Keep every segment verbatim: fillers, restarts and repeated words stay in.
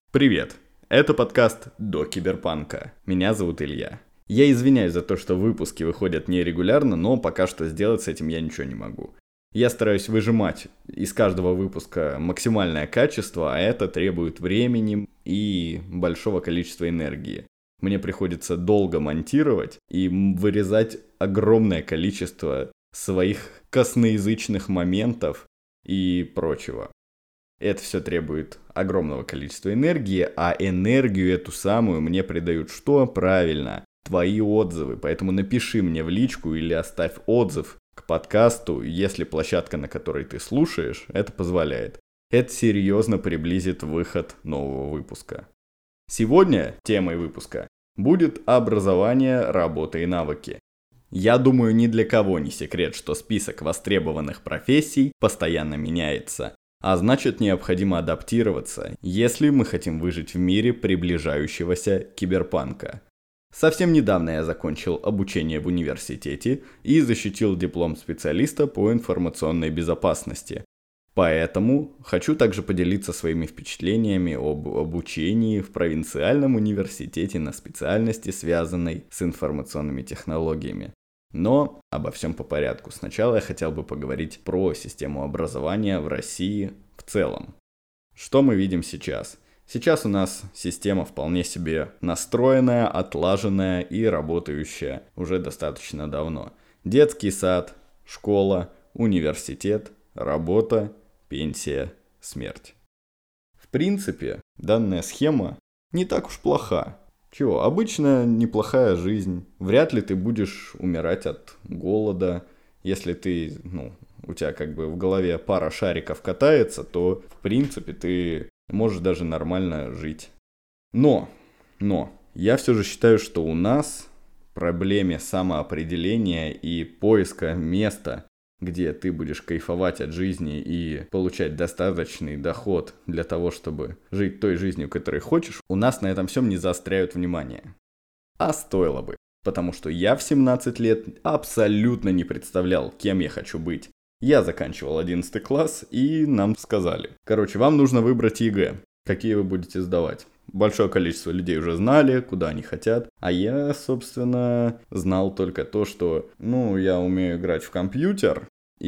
Привет! Это подкаст «До киберпанка». Меня зовут Илья. Я извиняюсь за то, что выпуски выходят нерегулярно, но пока что сделать с этим я ничего не могу. Я стараюсь выжимать из каждого выпуска максимальное качество, а это требует времени и большого количества энергии. Мне приходится долго монтировать и вырезать огромное количество своих косноязычных моментов и прочего. Это все требует огромного количества энергии, а энергию эту самую мне придают что? Правильно, твои отзывы. Поэтому напиши мне в личку или оставь отзыв к подкасту, если площадка, на которой ты слушаешь, это позволяет. Это серьезно приблизит выход нового выпуска. Сегодня темой выпуска будет образование, работа и навыки. Я думаю, ни для кого не секрет, что список востребованных профессий постоянно меняется. А значит, необходимо адаптироваться, если мы хотим выжить в мире приближающегося киберпанка. Совсем недавно я закончил обучение в университете и защитил диплом специалиста по информационной безопасности. Поэтому хочу также поделиться своими впечатлениями об обучении в провинциальном университете на специальности, связанной с информационными технологиями. Но обо всем по порядку. Сначала я хотел бы поговорить про систему образования в России в целом. Что мы видим сейчас? Сейчас у нас система вполне себе настроенная, отлаженная и работающая уже достаточно давно. Детский сад, школа, университет, работа, пенсия, смерть. В принципе, данная схема не так уж плоха. Чего, обычно неплохая жизнь. Вряд ли ты будешь умирать от голода. Если ты, ну, у тебя как бы в голове пара шариков катается, то, в принципе, ты можешь даже нормально жить. Но, но, я все же считаю, что у нас проблеме самоопределения и поиска места, где ты будешь кайфовать от жизни и получать достаточный доход для того, чтобы жить той жизнью, которой хочешь, у нас на этом всем не заостряют внимание. А стоило бы, потому что я в семнадцать лет абсолютно не представлял, кем я хочу быть. Я заканчивал одиннадцатый класс, и нам сказали: короче, вам нужно выбрать ЕГЭ, какие вы будете сдавать. Большое количество людей уже знали, куда они хотят. А я, собственно, знал только то, что, ну, я умею играть в компьютер.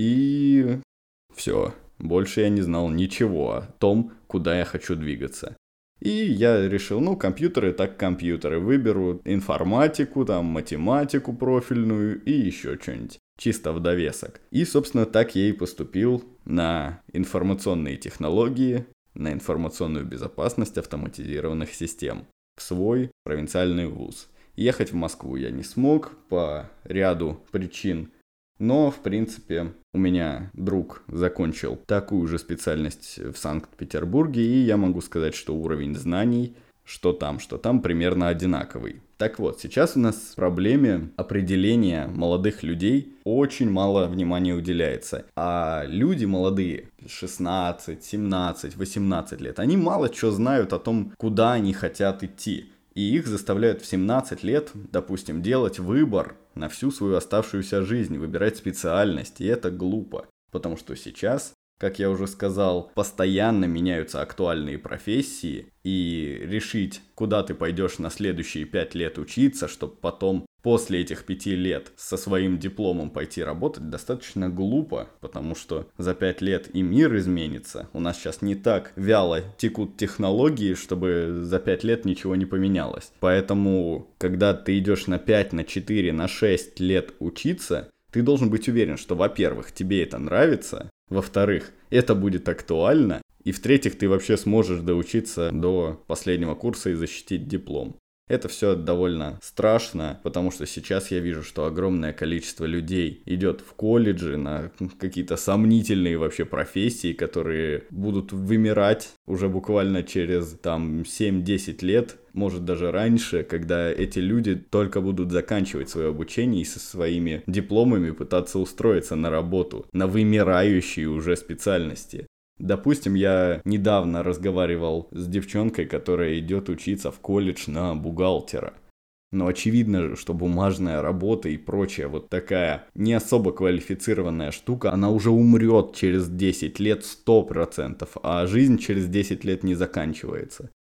И все. Больше я не знал ничего о том, куда я хочу двигаться. И я решил, ну, компьютеры так компьютеры. Выберу информатику, там, математику профильную и еще что-нибудь. Чисто в довесок. И, собственно, так я и поступил на информационные технологии, на информационную безопасность автоматизированных систем в свой провинциальный вуз. Ехать в Москву я не смог по ряду причин, но, в принципе, у меня друг закончил такую же специальность в Санкт-Петербурге, и я могу сказать, что уровень знаний, что там, что там, примерно одинаковый. Так вот, сейчас у нас проблеме определения молодых людей очень мало внимания уделяется. А люди молодые, шестнадцать, семнадцать, восемнадцать лет, они мало что знают о том, куда они хотят идти. И их заставляют в семнадцать лет, допустим, делать выбор на всю свою оставшуюся жизнь, выбирать специальность. И это глупо, потому что сейчас, как я уже сказал, постоянно меняются актуальные профессии, и решить, куда ты пойдешь на следующие пять лет учиться, чтобы потом после этих пяти лет со своим дипломом пойти работать, достаточно глупо, потому что за пять лет и мир изменится. У нас сейчас не так вяло текут технологии, чтобы за пять лет ничего не поменялось. Поэтому, когда ты идешь на пять, на четыре, на шесть лет учиться, ты должен быть уверен, что, во-первых, тебе это нравится, во-вторых, это будет актуально, и в-третьих, ты вообще сможешь доучиться до последнего курса и защитить диплом. Это все довольно страшно, потому что сейчас я вижу, что огромное количество людей идет в колледжи на какие-то сомнительные вообще профессии, которые будут вымирать уже буквально через там семь-десять лет, может даже раньше, когда эти люди только будут заканчивать свое обучение и со своими дипломами пытаться устроиться на работу, на вымирающие уже специальности. Допустим, я недавно разговаривал с девчонкой, которая идет учиться в колледж на бухгалтера. Но очевидно, что бумажная работа и прочая вот такая не особо квалифицированная штука, она уже умрет через десять лет сто процентов, а жизнь через десять лет не заканчивается.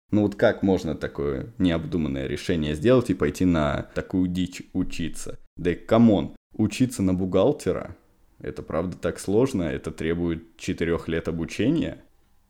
Ну вот как можно такое необдуманное решение сделать и пойти на такую дичь учиться? Да и камон, учиться на бухгалтера, это правда так сложно, это требует четырех лет обучения.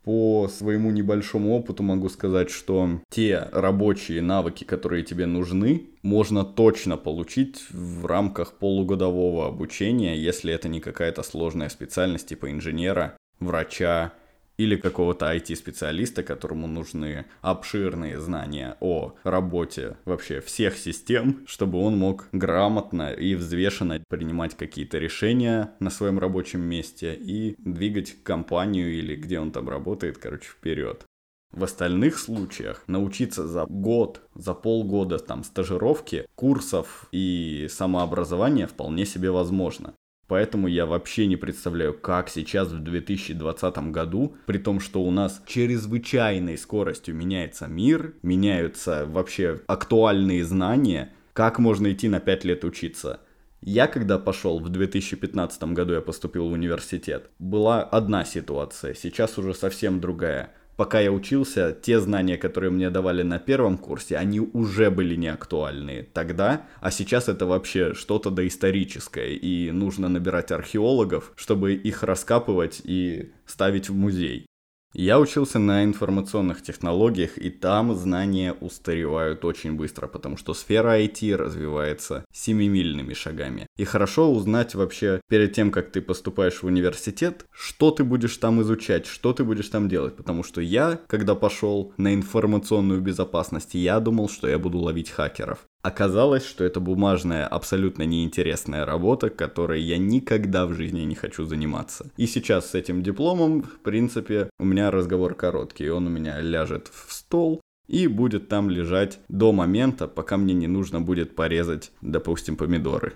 По своему небольшому опыту могу сказать, что те рабочие навыки, которые тебе нужны, можно точно получить в рамках полугодового обучения, если это не какая-то сложная специальность типа инженера, врача или какого-то ай ти-специалиста, которому нужны обширные знания о работе вообще всех систем, чтобы он мог грамотно и взвешенно принимать какие-то решения на своем рабочем месте и двигать компанию или где он там работает, короче, вперед. В остальных случаях научиться за год, за полгода там стажировки, курсов и самообразования вполне себе возможно. Поэтому я вообще не представляю, как сейчас в две тысячи двадцатом году, при том, что у нас чрезвычайной скоростью меняется мир, меняются вообще актуальные знания, как можно идти на пять лет учиться. Я когда пошел в две тысячи пятнадцатом году, я поступил в университет, была одна ситуация, сейчас уже совсем другая. Пока я учился, те знания, которые мне давали на первом курсе, они уже были не актуальны тогда, а сейчас это вообще что-то доисторическое, и нужно набирать археологов, чтобы их раскапывать и ставить в музей. Я учился на информационных технологиях, и там знания устаревают очень быстро, потому что сфера ай ти развивается семимильными шагами. И хорошо узнать вообще перед тем, как ты поступаешь в университет, что ты будешь там изучать, что ты будешь там делать. Потому что я, когда пошел на информационную безопасность, я думал, что я буду ловить хакеров. Оказалось, что это бумажная, абсолютно неинтересная работа, которой я никогда в жизни не хочу заниматься. И сейчас с этим дипломом, в принципе, у меня разговор короткий. Он у меня ляжет в стол и будет там лежать до момента, пока мне не нужно будет порезать, допустим, помидоры.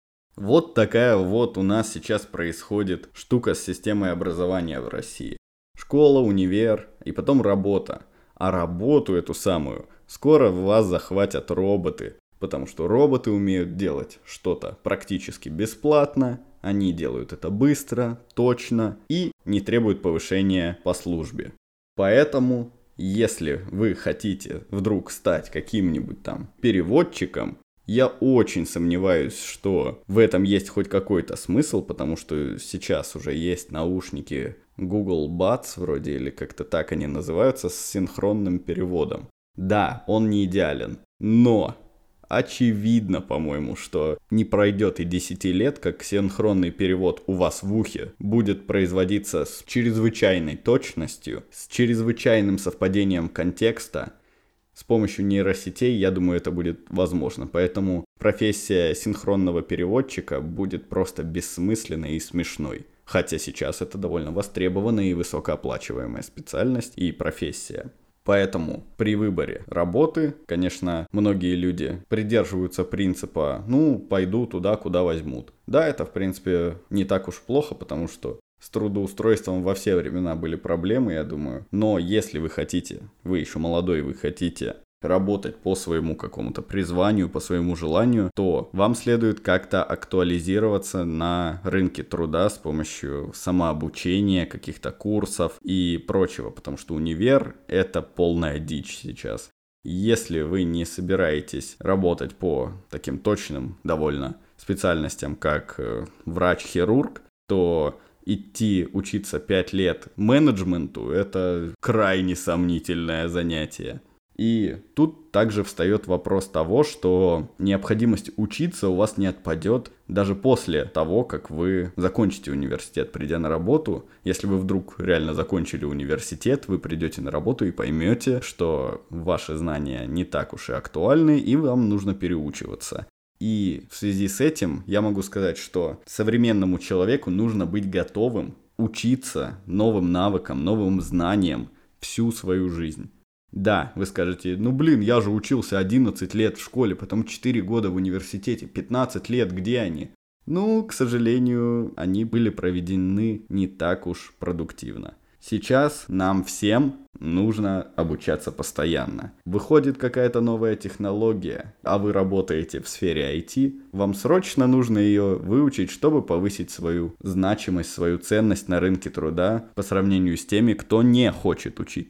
Вот такая вот у нас сейчас происходит штука с системой образования в России. Школа, универ и потом работа. А работу эту самую скоро вас захватят роботы. Потому что роботы умеют делать что-то практически бесплатно, они делают это быстро, точно и не требуют повышения по службе. Поэтому, если вы хотите вдруг стать каким-нибудь там переводчиком, я очень сомневаюсь, что в этом есть хоть какой-то смысл, потому что сейчас уже есть наушники Google Buds вроде, или как-то так они называются, с синхронным переводом. Да, он не идеален, но очевидно, по-моему, что не пройдет и десяти лет, как синхронный перевод у вас в ухе будет производиться с чрезвычайной точностью, с чрезвычайным совпадением контекста. С помощью нейросетей, я думаю, это будет возможно. Поэтому профессия синхронного переводчика будет просто бессмысленной и смешной. Хотя сейчас это довольно востребованная и высокооплачиваемая специальность и профессия. Поэтому при выборе работы, конечно, многие люди придерживаются принципа «ну, пойду туда, куда возьмут». Да, это, в принципе, не так уж плохо, потому что с трудоустройством во все времена были проблемы, я думаю. Но если вы хотите, вы еще молодой, вы хотите работать по своему какому-то призванию, по своему желанию, то вам следует как-то актуализироваться на рынке труда с помощью самообучения, каких-то курсов и прочего, потому что универ — это полная дичь сейчас. Если вы не собираетесь работать по таким точным довольно специальностям, как врач-хирург, то идти учиться пять лет менеджменту — это крайне сомнительное занятие. И тут также встает вопрос того, что необходимость учиться у вас не отпадет даже после того, как вы закончите университет, придя на работу. Если вы вдруг реально закончили университет, вы придете на работу и поймете, что ваши знания не так уж и актуальны, и вам нужно переучиваться. И в связи с этим я могу сказать, что современному человеку нужно быть готовым учиться новым навыкам, новым знаниям всю свою жизнь. Да, вы скажете, ну блин, я же учился одиннадцать лет в школе, потом четыре года в университете, пятнадцать лет, где они? Ну, к сожалению, они были проведены не так уж продуктивно. Сейчас нам всем нужно обучаться постоянно. Выходит какая-то новая технология, а вы работаете в сфере ай ти, вам срочно нужно ее выучить, чтобы повысить свою значимость, свою ценность на рынке труда по сравнению с теми, кто не хочет учиться.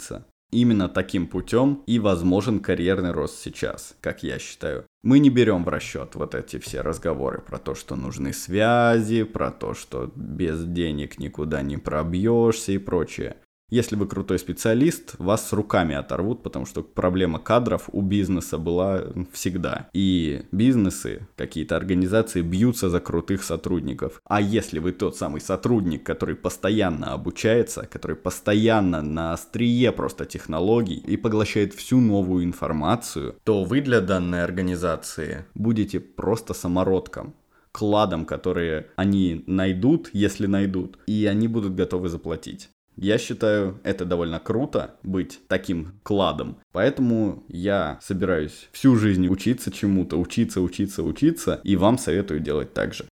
Именно таким путем и возможен карьерный рост сейчас, как я считаю. Мы не берем в расчет вот эти все разговоры про то, что нужны связи, про то, что без денег никуда не пробьешься и прочее. Если вы крутой специалист, вас с руками оторвут, потому что проблема кадров у бизнеса была всегда. И бизнесы, какие-то организации бьются за крутых сотрудников. А если вы тот самый сотрудник, который постоянно обучается, который постоянно на острие просто технологий и поглощает всю новую информацию, то вы для данной организации будете просто самородком. Кладом, которые они найдут, если найдут, и они будут готовы заплатить. Я считаю, это довольно круто быть таким кладом. Поэтому я собираюсь всю жизнь учиться чему-то, учиться, учиться, учиться, и вам советую делать так же.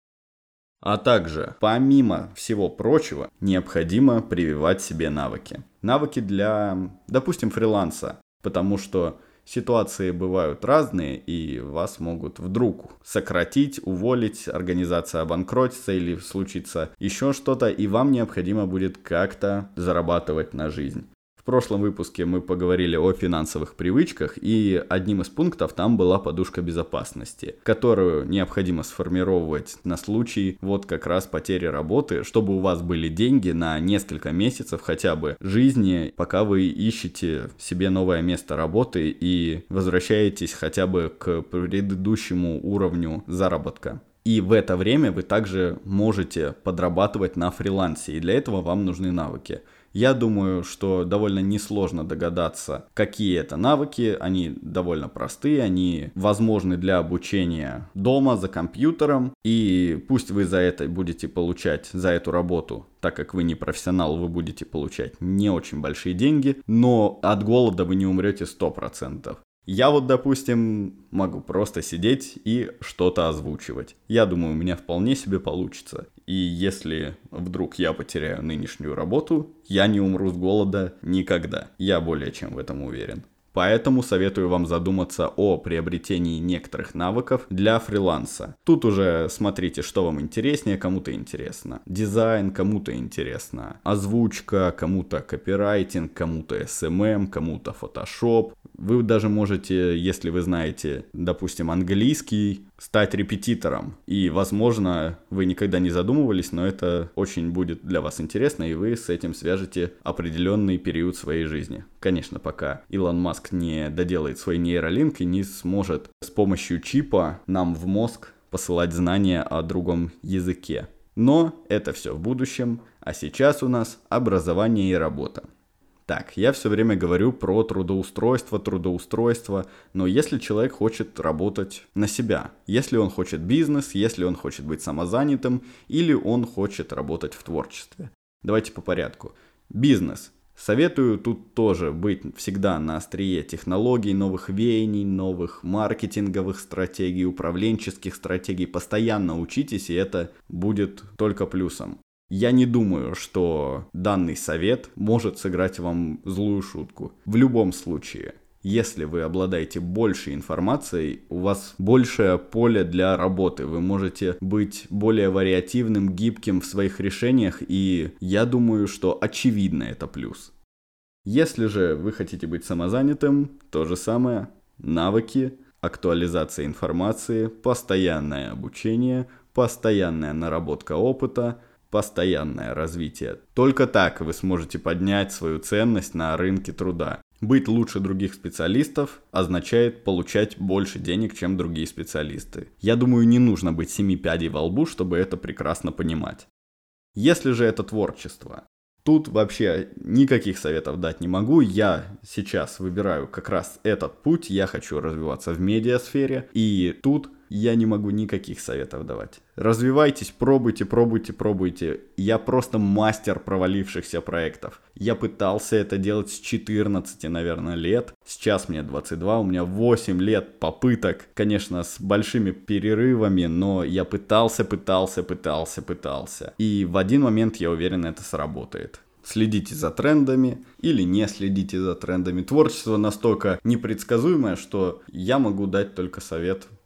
А также, помимо всего прочего, необходимо прививать себе навыки. Навыки для, допустим, фриланса, потому что ситуации бывают разные, и вас могут вдруг сократить, уволить, организация обанкротится или случится еще что-то, и вам необходимо будет как-то зарабатывать на жизнь. В прошлом выпуске мы поговорили о финансовых привычках, и одним из пунктов там была подушка безопасности, которую необходимо сформировать на случай вот как раз потери работы, чтобы у вас были деньги на несколько месяцев хотя бы жизни, пока вы ищете себе новое место работы и возвращаетесь хотя бы к предыдущему уровню заработка. И в это время вы также можете подрабатывать на фрилансе, и для этого вам нужны навыки. Я думаю, что довольно несложно догадаться, какие это навыки. Они довольно простые, они возможны для обучения дома, за компьютером. И пусть вы за это будете получать, за эту работу, так как вы не профессионал, вы будете получать не очень большие деньги, но от голода вы не умрете сто процентов. Я вот, допустим, могу просто сидеть и что-то озвучивать. Я думаю, у меня вполне себе получится. И если вдруг я потеряю нынешнюю работу, я не умру с голода никогда. Я более чем в этом уверен. Поэтому советую вам задуматься о приобретении некоторых навыков для фриланса. Тут уже смотрите, что вам интереснее, кому-то интересно дизайн, кому-то интересно озвучка, кому-то копирайтинг, кому-то эс эм эм, кому-то фотошоп. Вы даже можете, если вы знаете, допустим, английский, стать репетитором. И, возможно, вы никогда не задумывались, но это очень будет для вас интересно, и вы с этим свяжете определенный период своей жизни. Конечно, пока Илон Маск не доделает свой нейролинк и не сможет с помощью чипа нам в мозг посылать знания о другом языке. Но это все в будущем, а сейчас у нас образование и работа. Так, я все время говорю про трудоустройство, трудоустройство, но если человек хочет работать на себя, если он хочет бизнес, если он хочет быть самозанятым или он хочет работать в творчестве. Давайте по порядку. Бизнес. Советую тут тоже быть всегда на острие технологий, новых веяний, новых маркетинговых стратегий, управленческих стратегий. Постоянно учитесь, и это будет только плюсом. Я не думаю, что данный совет может сыграть вам злую шутку. В любом случае, если вы обладаете большей информацией, у вас большее поле для работы. Вы можете быть более вариативным, гибким в своих решениях, и я думаю, что очевидно это плюс. Если же вы хотите быть самозанятым, то же самое. Навыки, актуализация информации, постоянное обучение, постоянная наработка опыта, постоянное развитие. Только так вы сможете поднять свою ценность на рынке труда. Быть лучше других специалистов означает получать больше денег, чем другие специалисты. Я думаю, не нужно быть семи пядей во лбу, чтобы это прекрасно понимать. Если же это творчество, тут вообще никаких советов дать не могу. Я сейчас выбираю как раз этот путь. Я хочу развиваться в медиасфере. И тут я не могу никаких советов давать. Развивайтесь, пробуйте, пробуйте, пробуйте. Я просто мастер провалившихся проектов. Я пытался это делать с четырнадцати, наверное, лет. Сейчас мне двадцать два, у меня восемь лет попыток. Конечно, с большими перерывами, но я пытался, пытался, пытался, пытался. И в один момент, я уверен, это сработает. Следите за трендами или не следите за трендами. Творчество настолько непредсказуемое, что я могу дать только совет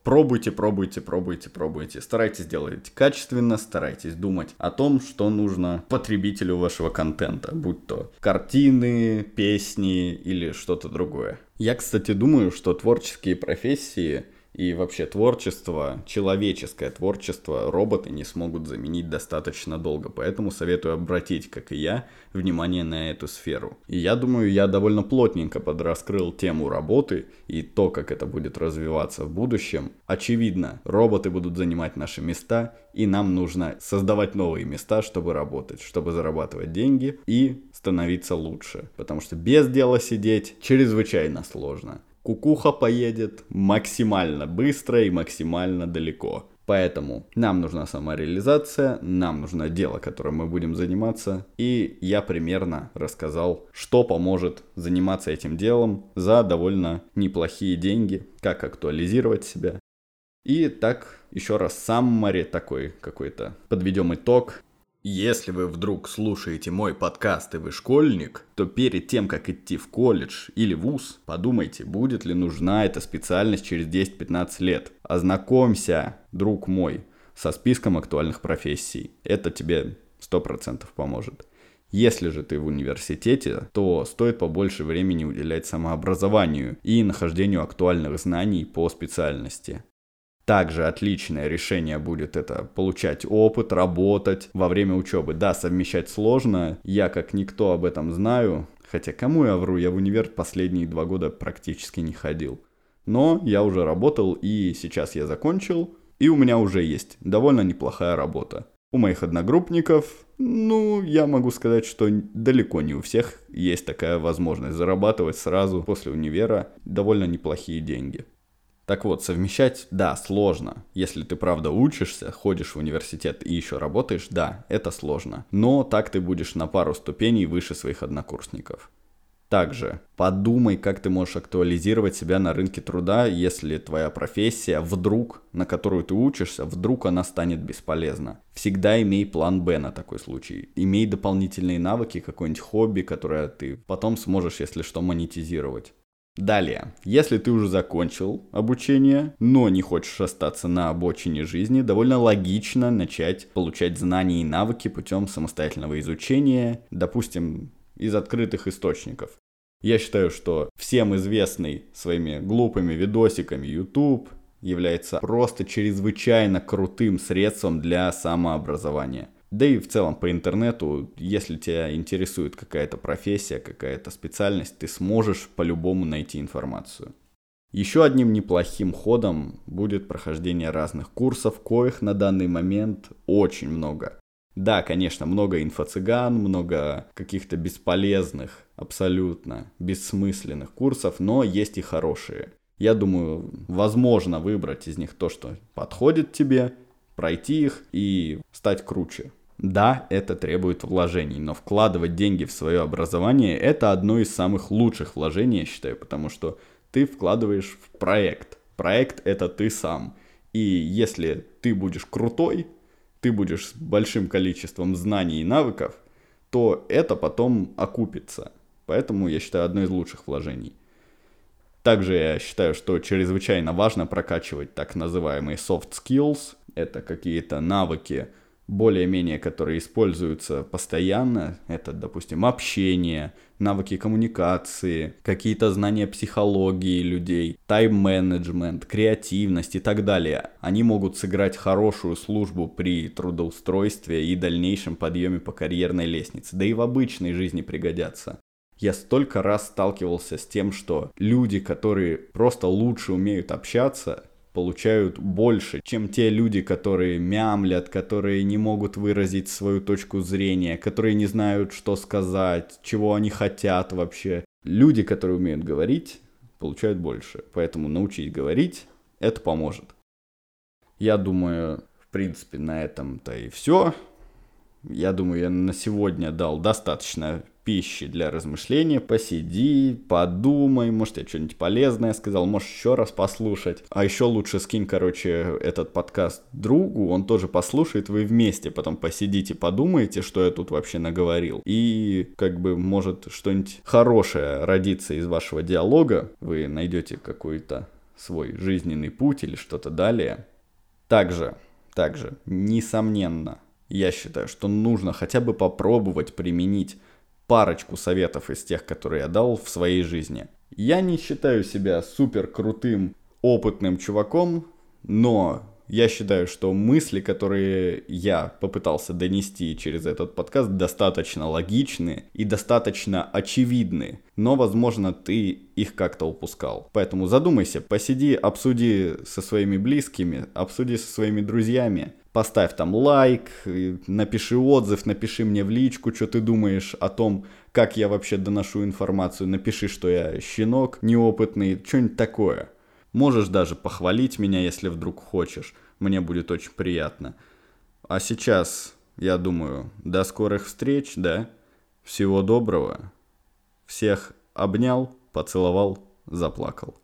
Пробуйте, пробуйте, пробуйте, пробуйте. Старайтесь делать качественно, старайтесь думать о том, что нужно потребителю вашего контента, будь то картины, песни или что-то другое. Я, кстати, думаю, что творческие профессии и вообще творчество, человеческое творчество роботы не смогут заменить достаточно долго. Поэтому советую обратить, как и я, внимание на эту сферу. И я думаю, я довольно плотненько подраскрыл тему работы и то, как это будет развиваться в будущем. Очевидно, роботы будут занимать наши места, и нам нужно создавать новые места, чтобы работать, чтобы зарабатывать деньги и становиться лучше. Потому что без дела сидеть чрезвычайно сложно. Кукуха поедет максимально быстро и максимально далеко. Поэтому нам нужна самореализация, нам нужно дело, которым мы будем заниматься. И я примерно рассказал, что поможет заниматься этим делом за довольно неплохие деньги, как актуализировать себя. И так еще раз саммари такой какой-то подведем итог. Если вы вдруг слушаете мой подкаст и вы школьник, то перед тем, как идти в колледж или вуз, подумайте, будет ли нужна эта специальность через десять-пятнадцать лет. Ознакомься, друг мой, со списком актуальных профессий. Это тебе сто процентов поможет. Если же ты в университете, то стоит побольше времени уделять самообразованию и нахождению актуальных знаний по специальности. Также отличное решение будет это получать опыт, работать во время учебы. Да, совмещать сложно, я как никто об этом знаю. Хотя кому я вру, я в универ последние два года практически не ходил. Но я уже работал, и сейчас я закончил, и у меня уже есть довольно неплохая работа. У моих одногруппников, ну, я могу сказать, что далеко не у всех есть такая возможность зарабатывать сразу после универа довольно неплохие деньги. Так вот, совмещать, да, сложно. Если ты правда учишься, ходишь в университет и еще работаешь, да, это сложно. Но так ты будешь на пару ступеней выше своих однокурсников. Также подумай, как ты можешь актуализировать себя на рынке труда, если твоя профессия вдруг, на которую ты учишься, вдруг она станет бесполезна. Всегда имей план Б на такой случай. Имей дополнительные навыки, какое-нибудь хобби, которое ты потом сможешь, если что, монетизировать. Далее, если ты уже закончил обучение, но не хочешь остаться на обочине жизни, довольно логично начать получать знания и навыки путем самостоятельного изучения, допустим, из открытых источников. Я считаю, что всем известный своими глупыми видосиками YouTube является просто чрезвычайно крутым средством для самообразования. Да и в целом по интернету, если тебя интересует какая-то профессия, какая-то специальность, ты сможешь по-любому найти информацию. Еще одним неплохим ходом будет прохождение разных курсов, коих на данный момент очень много. Да, конечно, много инфо-цыган, много каких-то бесполезных, абсолютно бессмысленных курсов, но есть и хорошие. Я думаю, возможно выбрать из них то, что подходит тебе, пройти их и стать круче. Да, это требует вложений, но вкладывать деньги в свое образование – это одно из самых лучших вложений, я считаю, потому что ты вкладываешь в проект. Проект – это ты сам. И если ты будешь крутой, ты будешь с большим количеством знаний и навыков, то это потом окупится. Поэтому я считаю, одно из лучших вложений. Также я считаю, что чрезвычайно важно прокачивать так называемые soft skills. Это какие-то навыки, более-менее, которые используются постоянно. Это, допустим, общение, навыки коммуникации, какие-то знания психологии людей, тайм-менеджмент, креативность и так далее. Они могут сыграть хорошую службу при трудоустройстве и дальнейшем подъеме по карьерной лестнице. Да и в обычной жизни пригодятся. Я столько раз сталкивался с тем, что люди, которые просто лучше умеют общаться, получают больше, чем те люди, которые мямлят, которые не могут выразить свою точку зрения, которые не знают, что сказать, чего они хотят вообще. Люди, которые умеют говорить, получают больше. Поэтому научись говорить, это поможет. Я думаю, в принципе, на этом-то и все. Я думаю, я на сегодня дал достаточно пищи для размышления. Посиди, подумай, может, я что-нибудь полезное сказал, можешь еще раз послушать. А еще лучше скинь, короче, этот подкаст другу, он тоже послушает, вы вместе потом посидите, подумаете, что я тут вообще наговорил. И, как бы, может, что-нибудь хорошее родится из вашего диалога. Вы найдете какую-то свой жизненный путь или что-то далее. Также, также, несомненно, я считаю, что нужно хотя бы попробовать применить парочку советов из тех, которые я дал в своей жизни. Я не считаю себя супер крутым, опытным чуваком, но я считаю, что мысли, которые я попытался донести через этот подкаст, достаточно логичны и достаточно очевидны. Но, возможно, ты их как-то упускал. Поэтому задумайся, посиди, обсуди со своими близкими, обсуди со своими друзьями. Поставь там лайк, напиши отзыв, напиши мне в личку, что ты думаешь о том, как я вообще доношу информацию. Напиши, что я щенок неопытный, что-нибудь такое. Можешь даже похвалить меня, если вдруг хочешь. Мне будет очень приятно. А сейчас, я думаю, до скорых встреч, да? Всего доброго. Всех обнял, поцеловал, заплакал.